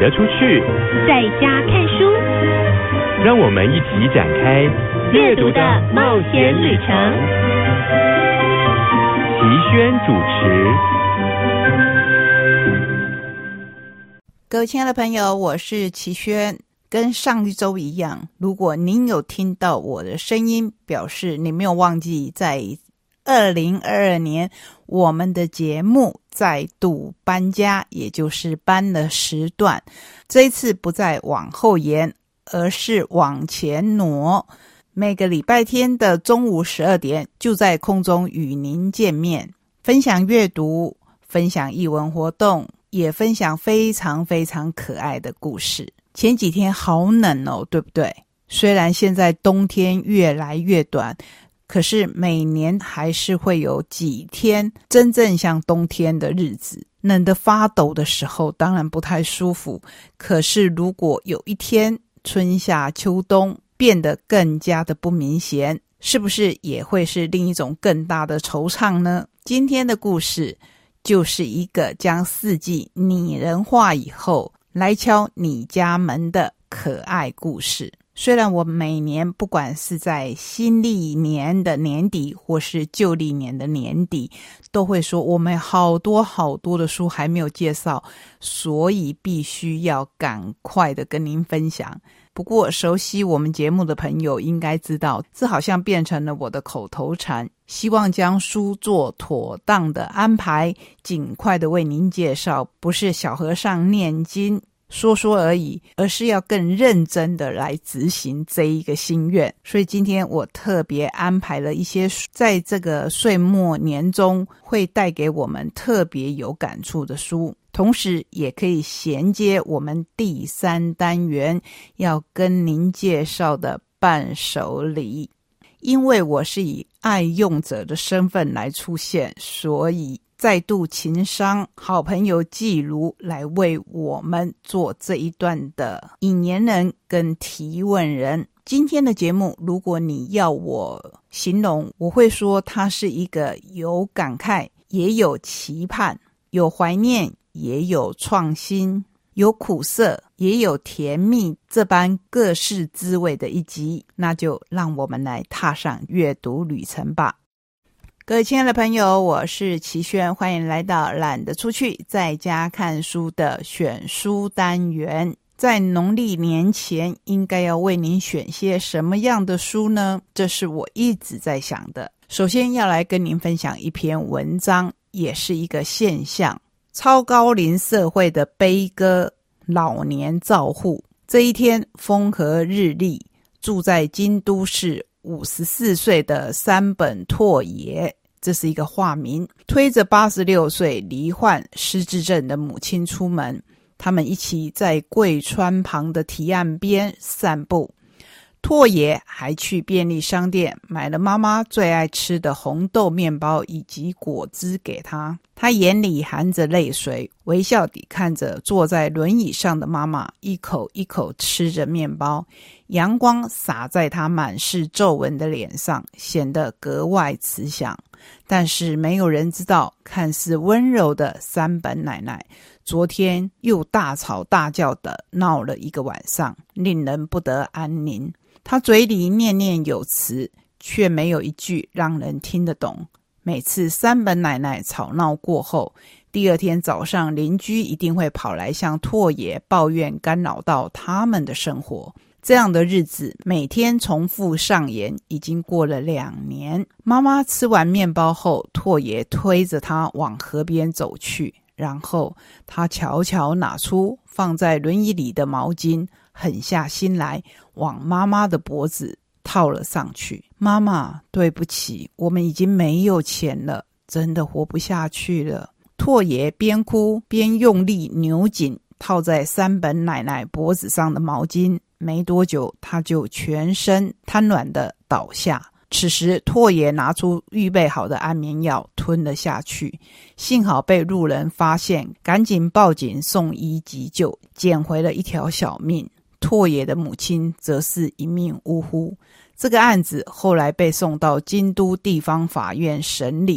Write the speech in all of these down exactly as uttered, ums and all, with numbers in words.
得出去， 在家看书， 让我们一起展开阅读的冒险旅程。 齐轩主持。 各位亲爱的朋友，我是齐轩。跟上一周一样，如果您有听到我的声音，表示你没有忘记在二零二二年我们的节目再度搬家，也就是搬了时段。这一次不再往后延，而是往前挪。每个礼拜天的中午十二点，就在空中与您见面，分享阅读，分享艺文活动，也分享非常非常可爱的故事。前几天好冷哦，对不对？虽然现在冬天越来越短，可是每年还是会有几天真正像冬天的日子，冷得发抖的时候当然不太舒服。可是如果有一天春夏秋冬变得更加的不明显，是不是也会是另一种更大的惆怅呢？今天的故事就是一个将四季拟人化以后来敲你家门的可爱故事。虽然我每年不管是在新历年的年底或是旧历年的年底，都会说我们好多好多的书还没有介绍，所以必须要赶快的跟您分享。不过熟悉我们节目的朋友应该知道，这好像变成了我的口头禅，希望将书做妥当的安排，尽快的为您介绍，不是小和尚念经说说而已，而是要更认真的来执行这一个心愿。所以今天我特别安排了一些在这个岁末年中会带给我们特别有感触的书，同时也可以衔接我们第三单元要跟您介绍的伴手礼。因为我是以爱用者的身份来出现，所以再度情商好朋友纪如来为我们做这一段的引言人跟提问人。今天的节目，如果你要我形容，我会说它是一个有感慨，也有期盼，有怀念，也有创新，有苦涩，也有甜蜜，这般各式滋味的一集。那就让我们来踏上阅读旅程吧。各位亲爱的朋友，我是齐轩，欢迎来到懒得出去在家看书的选书单元。在农历年前应该要为您选些什么样的书呢？这是我一直在想的。首先要来跟您分享一篇文章，也是一个现象，超高龄社会的悲歌，老年照护。这一天风和日丽，住在京都市五十四岁的山本拓也，这是一个化名，推着八十六岁罹患失智症的母亲出门，他们一起在贵川旁的堤岸边散步。拓也还去便利商店买了妈妈最爱吃的红豆面包以及果汁给她，他眼里含着泪水，微笑地看着坐在轮椅上的妈妈，一口一口吃着面包，阳光洒在她满是皱纹的脸上，显得格外慈祥。但是没有人知道，看似温柔的山本奶奶昨天又大吵大叫的闹了一个晚上，令人不得安宁。她嘴里念念有词，却没有一句让人听得懂。每次山本奶奶吵闹过后，第二天早上邻居一定会跑来向拓也抱怨干扰到他们的生活。这样的日子每天重复上演，已经过了两年。妈妈吃完面包后，拓也推着她往河边走去，然后他悄悄拿出放在轮椅里的毛巾，狠下心来往妈妈的脖子套了上去。妈妈，对不起，我们已经没有钱了，真的活不下去了。拓也边哭边用力扭紧套在山本奶奶脖子上的毛巾，没多久他就全身瘫软地倒下。此时拓也拿出预备好的安眠药吞了下去，幸好被路人发现，赶紧报警送医急救，捡回了一条小命。拓也的母亲则是一命呜呼。这个案子后来被送到京都地方法院审理，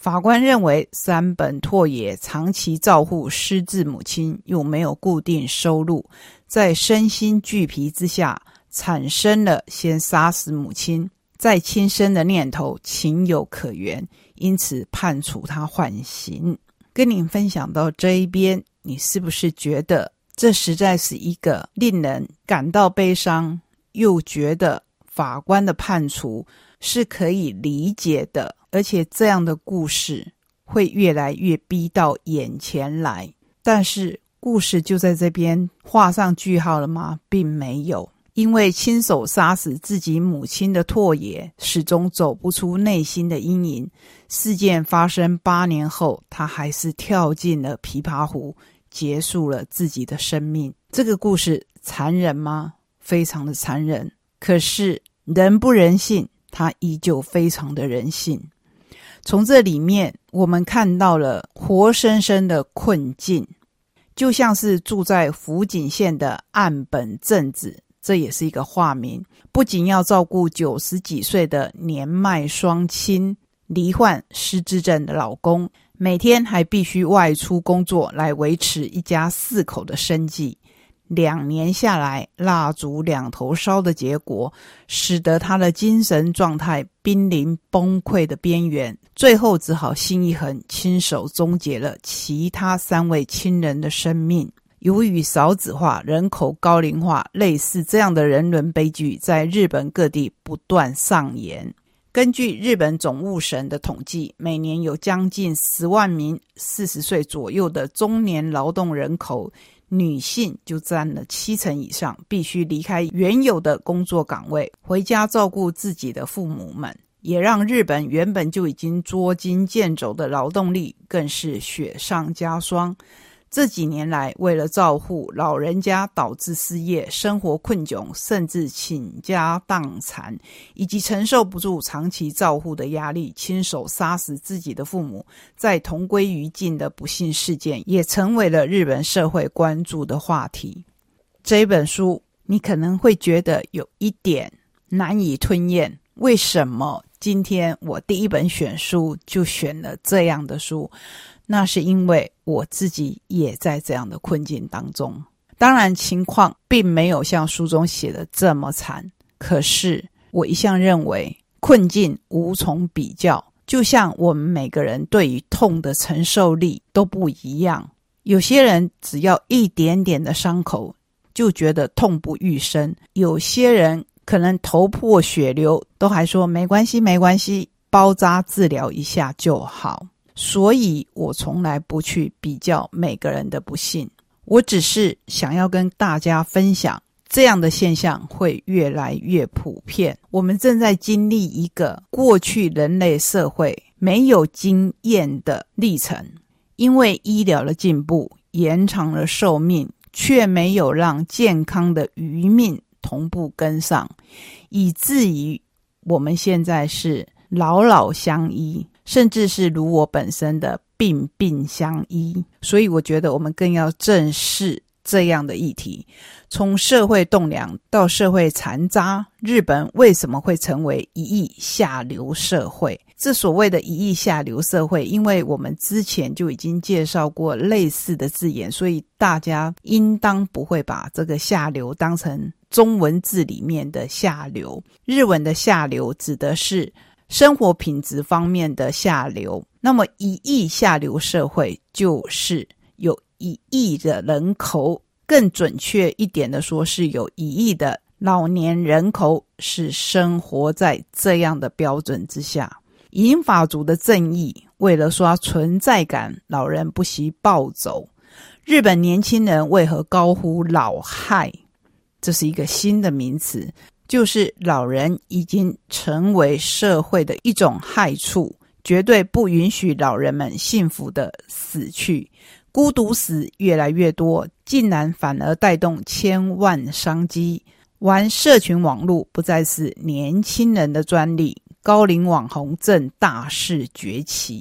法官认为山本拓也长期照护失智母亲，又没有固定收入，在身心俱疲之下，产生了先杀死母亲再轻生的念头，情有可原，因此判处他缓刑。跟您分享到这一边，你是不是觉得这实在是一个令人感到悲伤，又觉得法官的判处是可以理解的，而且这样的故事会越来越逼到眼前来？但是故事就在这边画上句号了吗？并没有。因为亲手杀死自己母亲的拓也始终走不出内心的阴影，事件发生八年后，他还是跳进了琵琶湖，结束了自己的生命。这个故事残忍吗？非常的残忍。可是人不人性，他依旧非常的人性。从这里面我们看到了活生生的困境，就像是住在福井县的岸本正子，这也是一个化名，不仅要照顾九十几岁的年迈双亲、罹患失智症的老公，每天还必须外出工作来维持一家四口的生计。两年下来，蜡烛两头烧的结果，使得他的精神状态濒临崩溃的边缘，最后只好心一横，亲手终结了其他三位亲人的生命。由于少子化、人口高龄化，类似这样的人伦悲剧在日本各地不断上演。根据日本总务省的统计，每年有将近十万名四十岁左右的中年劳动人口，女性就占了七成以上，必须离开原有的工作岗位，回家照顾自己的父母们，也让日本原本就已经捉襟见肘的劳动力更是雪上加霜。这几年来，为了照顾老人家导致失业、生活困窘，甚至倾家荡产，以及承受不住长期照护的压力，亲手杀死自己的父母，在同归于尽的不幸事件，也成为了日本社会关注的话题。这本书你可能会觉得有一点难以吞咽，为什么今天我第一本选书就选了这样的书？那是因为我自己也在这样的困境当中。当然情况并没有像书中写的这么惨，可是我一向认为困境无从比较，就像我们每个人对于痛的承受力都不一样。有些人只要一点点的伤口就觉得痛不欲生，有些人可能头破血流都还说没关系没关系，包扎治疗一下就好。所以我从来不去比较每个人的不幸，我只是想要跟大家分享，这样的现象会越来越普遍。我们正在经历一个过去人类社会没有经验的历程，因为医疗的进步延长了寿命，却没有让健康的余命同步跟上，以至于我们现在是老老相依，甚至是如我本身的病病相依。所以我觉得我们更要正视这样的议题。从社会栋梁到社会残渣，日本为什么会成为一亿下流社会？这所谓的一亿下流社会，因为我们之前就已经介绍过类似的字眼，所以大家应当不会把这个下流当成中文字里面的下流。日文的下流指的是生活品质方面的下流，那么一亿下流社会就是有一亿的人口，更准确一点的说是有一亿的老年人口是生活在这样的标准之下。银发族的正义，为了刷存在感，老人不惜暴走。日本年轻人为何高呼老害？这是一个新的名词，就是老人已经成为社会的一种害处，绝对不允许老人们幸福的死去。孤独死越来越多，竟然反而带动千万商机。玩社群网络不再是年轻人的专利，高龄网红正大势崛起。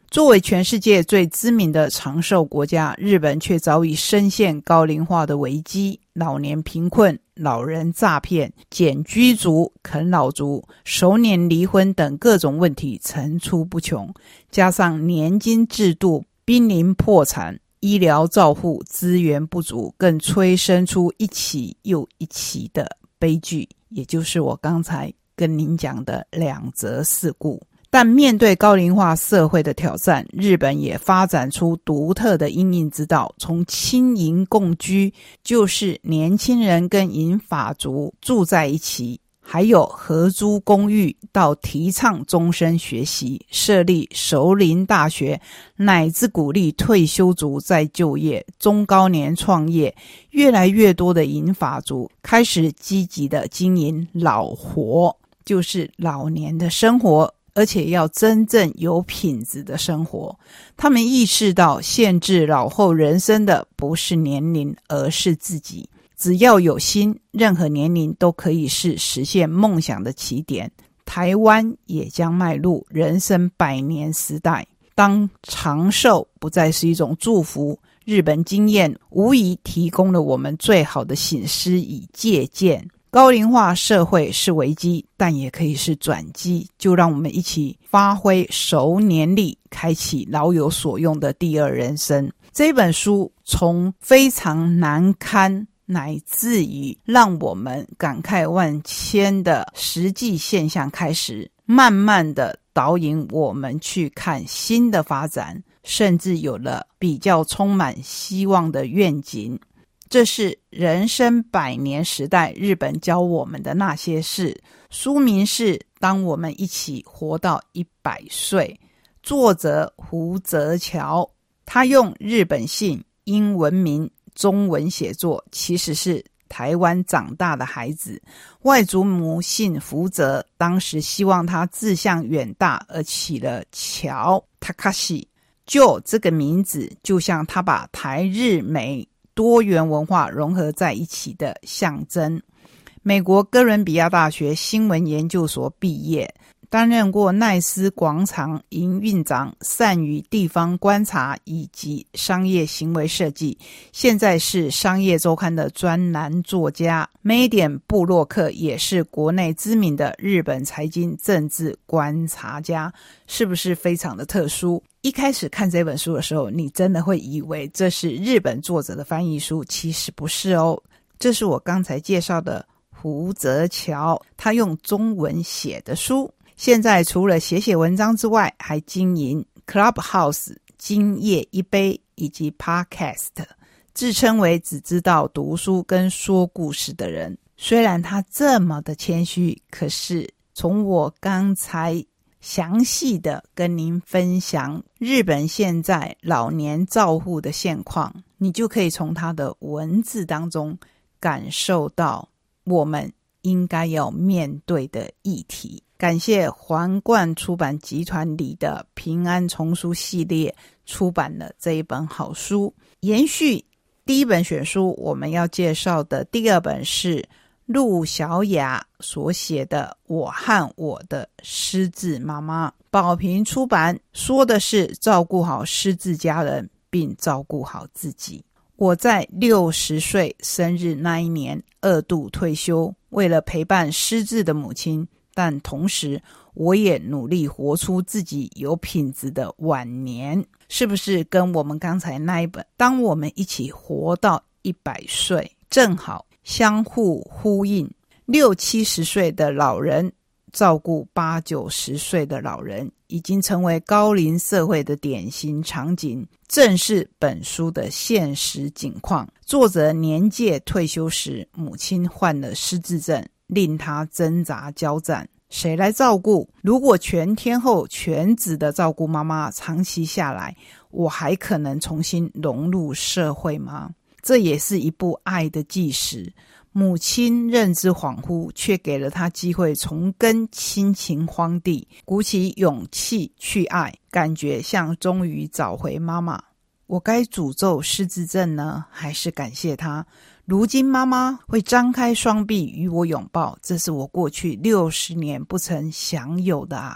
作为全世界最知名的长寿国家，日本却早已深陷高龄化的危机，老年贫困、老人诈骗、简居族、啃老族、熟年离婚等各种问题层出不穷，加上年金制度濒临破产，医疗照护资源不足，更催生出一起又一起的悲剧，也就是我刚才跟您讲的两则事故。但面对高龄化社会的挑战，日本也发展出独特的因应之道，从亲银共居，就是年轻人跟银发族住在一起，还有合租公寓，到提倡终身学习，设立熟龄大学，乃至鼓励退休族再就业，中高年创业，越来越多的银发族开始积极的经营老活，就是老年的生活，而且要真正有品质的生活。他们意识到限制老后人生的不是年龄，而是自己。只要有心，任何年龄都可以是实现梦想的起点。台湾也将迈入人生百年时代。当长寿不再是一种祝福，日本经验无疑提供了我们最好的省思与借鉴。高龄化社会是危机，但也可以是转机，就让我们一起发挥熟年力，开启老有所用的第二人生。这本书从非常难堪乃至于让我们感慨万千的实际现象开始，慢慢的导引我们去看新的发展，甚至有了比较充满希望的愿景。这是人生百年时代日本教我们的那些事，书名是当我们一起活到一百岁，作者胡泽桥，他用日本姓英文名中文写作，其实是台湾长大的孩子，外祖母姓福泽，当时希望他志向远大而起了桥 Takashi， 就这个名字就像他把台日美多元文化融合在一起的象征。美国哥伦比亚大学新闻研究所毕业，担任过奈斯广场营运长，善于地方观察以及商业行为设计，现在是商业周刊的专栏作家，美点部落客，也是国内知名的日本财经政治观察家。是不是非常的特殊？一开始看这本书的时候，你真的会以为这是日本作者的翻译书，其实不是哦。这是我刚才介绍的胡泽桥，他用中文写的书。现在除了写写文章之外，还经营 Clubhouse 今夜一杯以及 Podcast， 自称为只知道读书跟说故事的人。虽然他这么的谦虚，可是从我刚才详细的跟您分享日本现在老年照护的现况，你就可以从他的文字当中感受到我们应该要面对的议题。感谢皇冠出版集团里的平安丛书系列出版了这一本好书。延续第一本选书，我们要介绍的第二本是陆小雅所写的《我和我的失智妈妈》，宝瓶出版，说的是照顾好失智家人并照顾好自己。我在六十岁生日那一年二度退休，为了陪伴失智的母亲，但同时我也努力活出自己有品质的晚年。是不是跟我们刚才那一本当我们一起活到一百岁正好相互呼应？六七十岁的老人照顾八九十岁的老人，已经成为高龄社会的典型场景，正是本书的现实景况。作者年届退休时，母亲患了失智症，令他挣扎交战，谁来照顾？如果全天候全职的照顾妈妈，长期下来，我还可能重新融入社会吗？这也是一部爱的纪实。母亲认知恍惚，却给了她机会重耕亲情荒地，鼓起勇气去爱，感觉像终于找回妈妈。我该诅咒失智症呢，还是感谢她？如今妈妈会张开双臂与我拥抱，这是我过去六十年不曾享有的啊！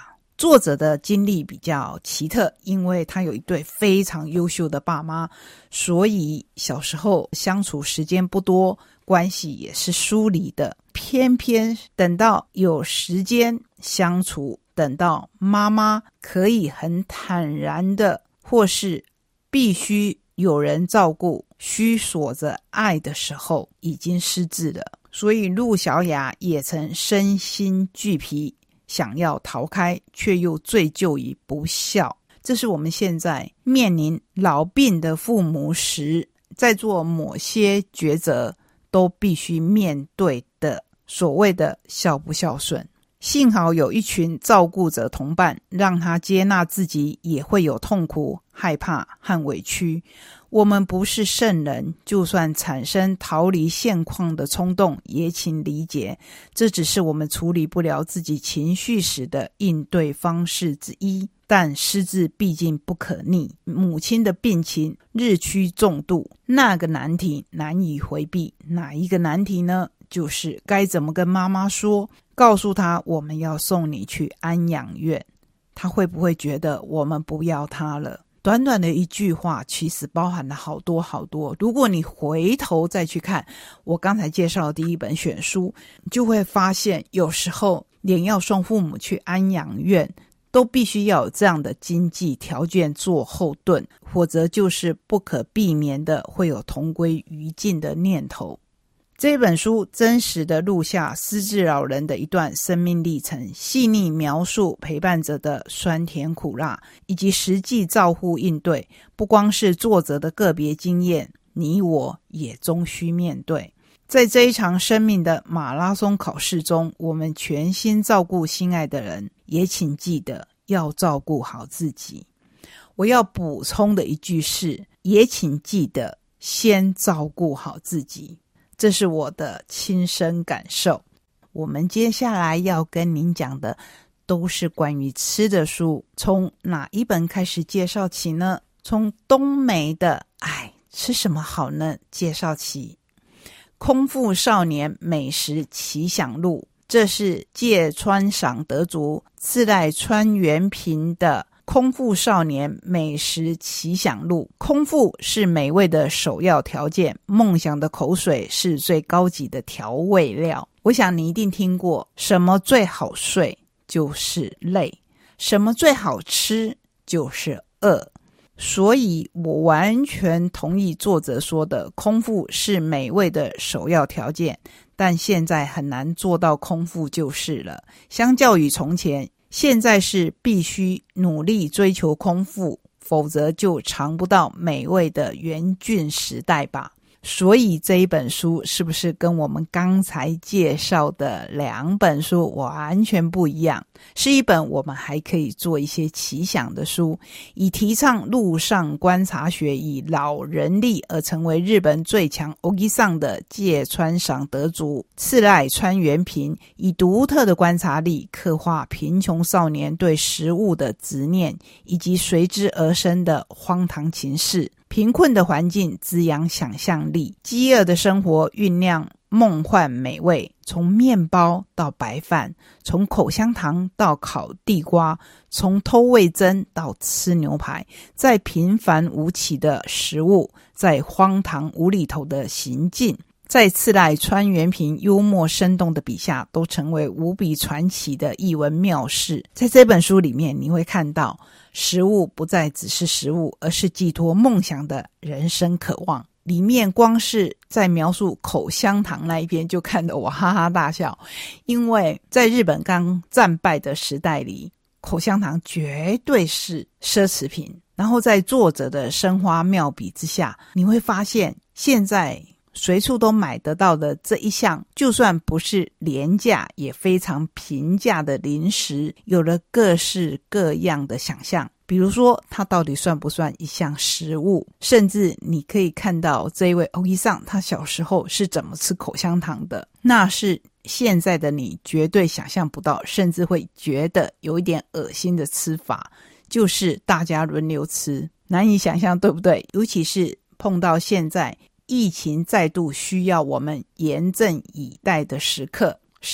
作者的经历比较奇特，因为他有一对非常优秀的爸妈，所以小时候相处时间不多，关系也是疏离的。偏偏等到有时间相处，等到妈妈可以很坦然的，或是必须有人照顾，需索着爱的时候，已经失智了。所以陆小雅也曾身心俱疲，想要逃开，却又醉就于不孝。这是我们现在面临老病的父母时，在做某些抉择都必须面对的所谓的孝不孝顺。幸好有一群照顾者同伴，让他接纳自己也会有痛苦、害怕和委屈。我们不是圣人，就算产生逃离现况的冲动，也请理解，这只是我们处理不了自己情绪时的应对方式之一。但失智毕竟不可逆，母亲的病情日趋重度，那个难题难以回避。哪一个难题呢？就是该怎么跟妈妈说，告诉她我们要送你去安养院，她会不会觉得我们不要她了？短短的一句话其实包含了好多好多，如果你回头再去看我刚才介绍的第一本选书，就会发现有时候连要送父母去安养院都必须要有这样的经济条件做后盾，否则就是不可避免的会有同归于尽的念头。这本书真实的录下失智老人的一段生命历程，细腻描述陪伴者的酸甜苦辣，以及实际照护应对。不光是作者的个别经验，你我也终须面对。在这一场生命的马拉松考试中，我们全心照顾心爱的人，也请记得要照顾好自己。我要补充的一句是，也请记得先照顾好自己。这是我的亲身感受。我们接下来要跟您讲的都是关于吃的书，从哪一本开始介绍起呢？从冬梅的哎，吃什么好呢介绍起。空腹少年美食奇想录，这是芥川赏得主次濑川原平的空腹少年美食奇想录。空腹是美味的首要条件，梦想的口水是最高级的调味料。我想你一定听过，什么最好睡就是累，什么最好吃就是饿。所以我完全同意作者说的，空腹是美味的首要条件，但现在很难做到空腹就是了。相较于从前，现在是必须努力追求空腹，否则就尝不到美味的原郡时代吧。所以这一本书是不是跟我们刚才介绍的两本书完全不一样？是一本我们还可以做一些奇想的书，以提倡陆上观察学，以老人力而成为日本最强 Ogi-san 的芥川赏得主次濑川原平，以独特的观察力刻画贫穷少年对食物的执念，以及随之而生的荒唐情事。贫困的环境滋养想象力，饥饿的生活酝酿梦幻美味，从面包到白饭，从口香糖到烤地瓜，从偷味噌到吃牛排，在平凡无奇的食物，在荒唐无厘头的行径，在次濑川原平幽默生动的笔下，都成为无比传奇的艺文妙事。在这本书里面，你会看到食物不再只是食物，而是寄托梦想的人生渴望。里面光是在描述口香糖那一边就看得我哈哈大笑，因为在日本刚战败的时代里，口香糖绝对是奢侈品。然后在作者的生花妙笔之下，你会发现现在随处都买得到的这一项，就算不是廉价也非常平价的零食，有了各式各样的想象。比如说它到底算不算一项食物，甚至你可以看到这一位欧伊桑他小时候是怎么吃口香糖的，那是现在的你绝对想象不到，甚至会觉得有一点恶心的吃法，就是大家轮流吃，难以想象对不对？尤其是碰到现在疫情再度需要我们严阵以待的时刻，实在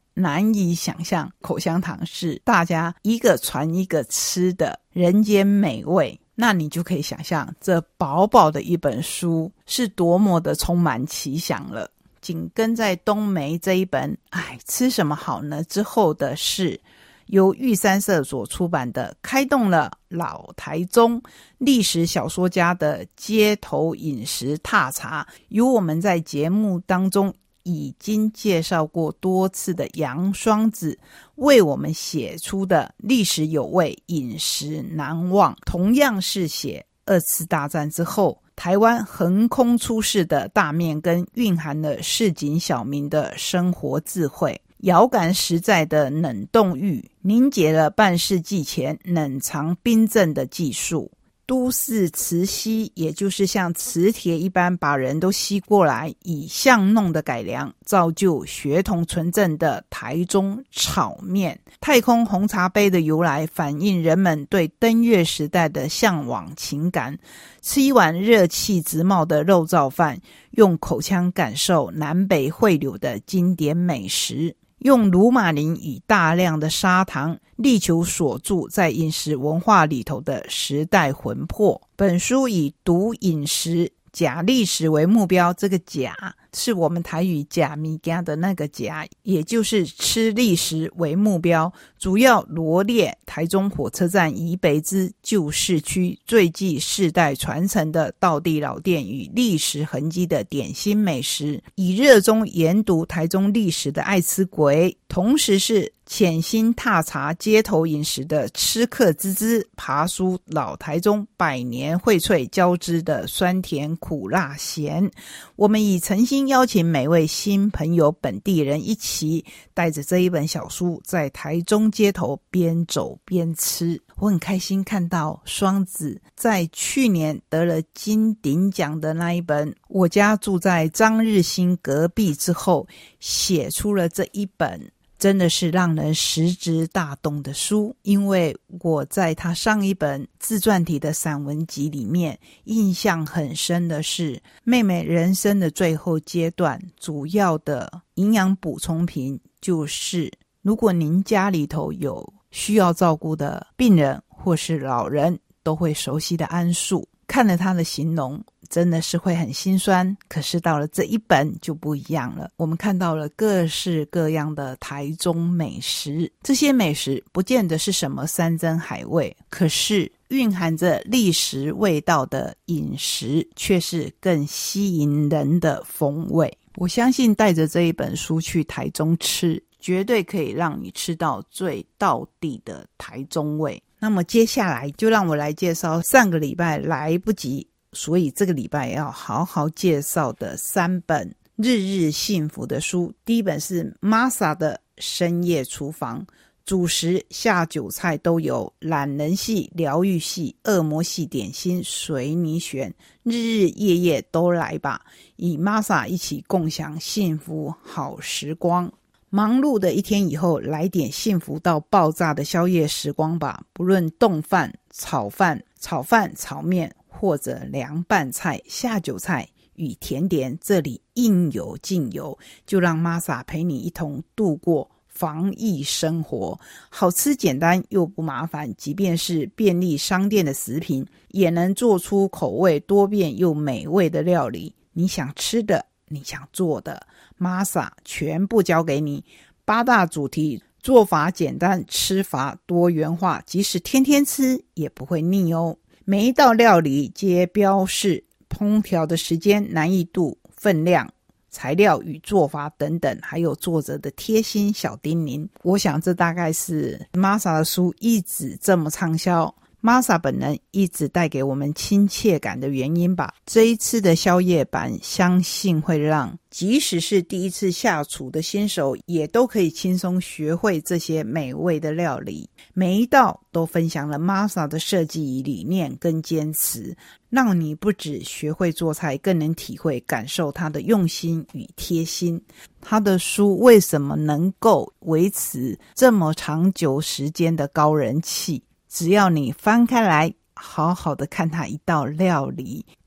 难以想象口香糖是大家一个传一个吃的人间美味，那你就可以想象这薄薄的一本书是多么的充满奇想了。紧跟在冬梅这一本哎，吃什么好呢之后的是由玉山社所出版的开动了老台中历史小说家的街头饮食踏查，由我们在节目当中已经介绍过多次的杨双子为我们写出的历史有味饮食难忘，同样是写二次大战之后台湾横空出世的大面羹，蕴含了市井小民的生活智慧，遥感实在的冷冻浴，凝结了半世纪前冷藏冰镇的技术。都市磁吸，也就是像磁铁一般把人都吸过来，以巷弄的改良造就血统纯正的台中炒面。太空红茶杯的由来反映人们对登月时代的向往情感。吃一碗热气直冒的肉燥饭，用口腔感受南北汇流的经典美食，用鲁马林与大量的砂糖力求锁住在饮食文化里头的时代魂魄。本书以读饮食假历史为目标，这个假是我们台语假米家的那个假，也就是吃历史为目标，主要罗列台中火车站以北之旧市区最具世代传承的道地老店与历史痕迹的点心美食，以热衷研读台中历史的爱吃鬼，同时是潜心踏查街头饮食的吃客之姿，爬书老台中百年荟萃交织的酸甜苦辣咸。我们以诚心邀请每位新朋友本地人一起带着这一本小书在台中街头边走边吃。我很开心看到双子在去年得了金鼎奖的那一本我家住在张日新隔壁之后，写出了这一本真的是让人食指大动的书。因为我在他上一本自传体的散文集里面印象很深的是，妹妹人生的最后阶段主要的营养补充品就是如果您家里头有需要照顾的病人或是老人都会熟悉的桉树。看了他的形容真的是会很心酸，可是到了这一本就不一样了。我们看到了各式各样的台中美食，这些美食不见得是什么山珍海味，可是蕴含着历史味道的饮食却是更吸引人的风味。我相信带着这一本书去台中吃，绝对可以让你吃到最道地的台中味。那么接下来就让我来介绍上个礼拜来不及，所以这个礼拜要好好介绍的三本日日幸福的书。第一本是 Masa 的深夜厨房，主食下酒菜都有，懒人系、疗愈系、恶魔系点心随你选，日日夜夜都来吧，与 Masa 一起共享幸福好时光。忙碌的一天以后，来点幸福到爆炸的宵夜时光吧，不论冻饭、炒饭、炒饭、炒面或者凉拌菜、下酒菜与甜点，这里应有尽有，就让 Masa 陪你一同度过防疫生活。好吃简单又不麻烦，即便是便利商店的食品也能做出口味多变又美味的料理。你想吃的，你想做的， Masa 全部交给你。八大主题，做法简单，吃法多元化，即使天天吃也不会腻哦。每一道料理皆标示烹调的时间、难易度、分量、材料与做法等等，还有作者的贴心小叮咛。我想这大概是 Masa 的书一直这么畅销， Masa 本人一直带给我们亲切感的原因吧。这一次的宵夜版相信会让即使是第一次下厨的新手也都可以轻松学会这些美味的料理。每一道都分享了 Masa 的设计理念跟坚持，让你不只学会做菜，更能体会感受他的用心与贴心。他的书为什么能够维持这么长久时间的高人气？只要你翻开来好好的看他一道料理，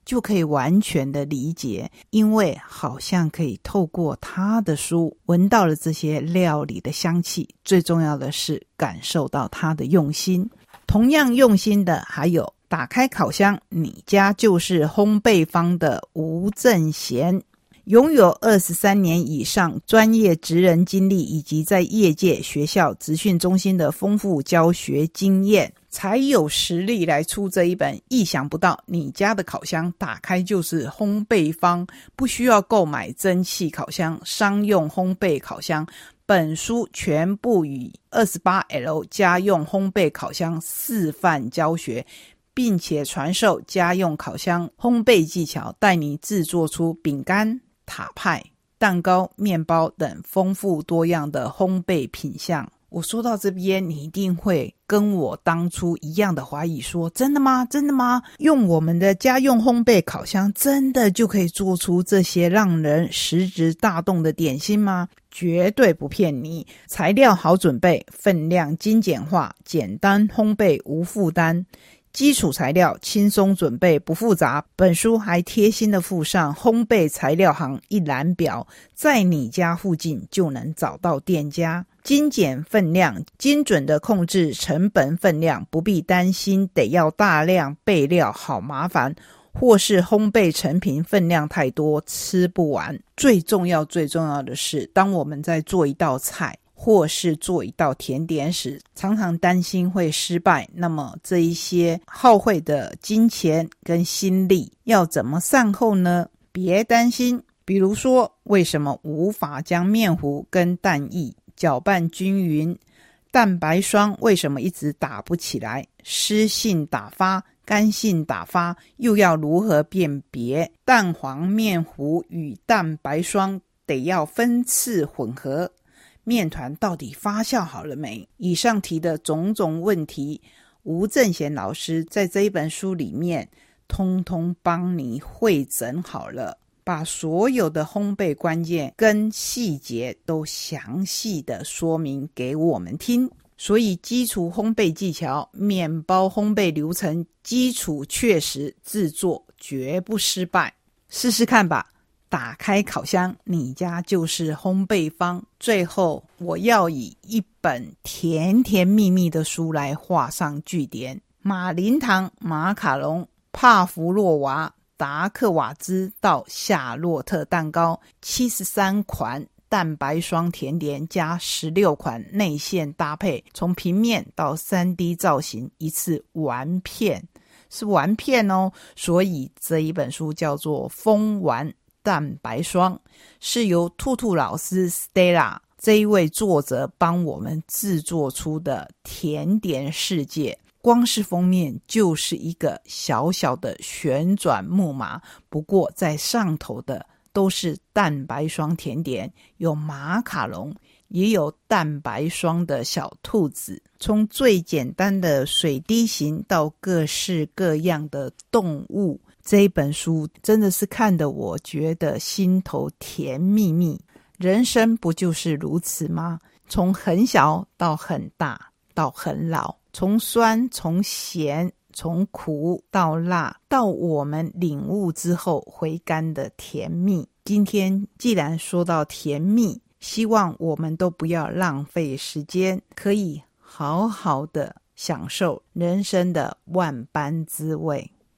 就可以完全的理解，因为好像可以透过他的书闻到了这些料理的香气，最重要的是感受到他的用心。同样用心的还有打开烤箱，你家就是烘焙坊的吴正贤，拥有二十三年以上专业职人经历，以及在业界、学校、职训中心的丰富教学经验，才有实力来出这一本意想不到你家的烤箱打开就是烘焙坊，不需要购买蒸汽烤箱，商用烘焙烤箱。本书全部与 二十八 L 家用烘焙烤箱示范教学，并且传授家用烤箱烘焙技巧，带你制作出饼干、塔派、蛋糕、面包等丰富多样的烘焙品项。我说到这边，你一定会跟我当初一样的怀疑，说真的吗？真的吗？用我们的家用烘焙烤箱真的就可以做出这些让人食指大动的点心吗？绝对不骗你，材料好准备，分量精简化，简单烘焙无负担，基础材料轻松准备不复杂。本书还贴心的附上烘焙材料行一览表，在你家附近就能找到店家。精简分量，精准的控制成本分量，不必担心得要大量备料好麻烦，或是烘焙成品分量太多吃不完。最重要最重要的是，当我们在做一道菜或是做一道甜点时，常常担心会失败，那么这一些耗费的金钱跟心力要怎么善后呢？别担心，比如说为什么无法将面糊跟蛋液搅拌均匀，蛋白霜为什么一直打不起来，湿性打发、干性打发又要如何辨别，蛋黄面糊与蛋白霜得要分次混合，面团到底发酵好了没？以上提的种种问题，吴正贤老师在这一本书里面通通帮你汇整好了，把所有的烘焙关键跟细节都详细的说明给我们听。所以基础烘焙技巧、面包烘焙流程基础确实，制作绝不失败。试试看吧，打开烤箱，你家就是烘焙坊。最后我要以一本甜甜蜜蜜的书来画上句点。马林堂、马卡龙、帕夫洛娃、达克瓦兹到夏洛特蛋糕，七十三款蛋白霜甜点加十六款内馅搭配，从平面到 三 D 造型，一次玩遍，是玩遍哦。所以这一本书叫做疯玩蛋白霜，是由兔兔老师 Stella 这一位作者帮我们制作出的甜点世界。光是封面就是一个小小的旋转木马，不过在上头的都是蛋白霜甜点，有马卡龙，也有蛋白霜的小兔子，从最简单的水滴形到各式各样的动物。这一本书真的是看得我觉得心头甜蜜蜜。人生不就是如此吗？从很小到很大到很老，从酸从咸从苦到辣，到我们领悟之后回甘的甜蜜。今天既然说到甜蜜，希望我们都不要浪费时间，可以好好的享受人生的万般滋味。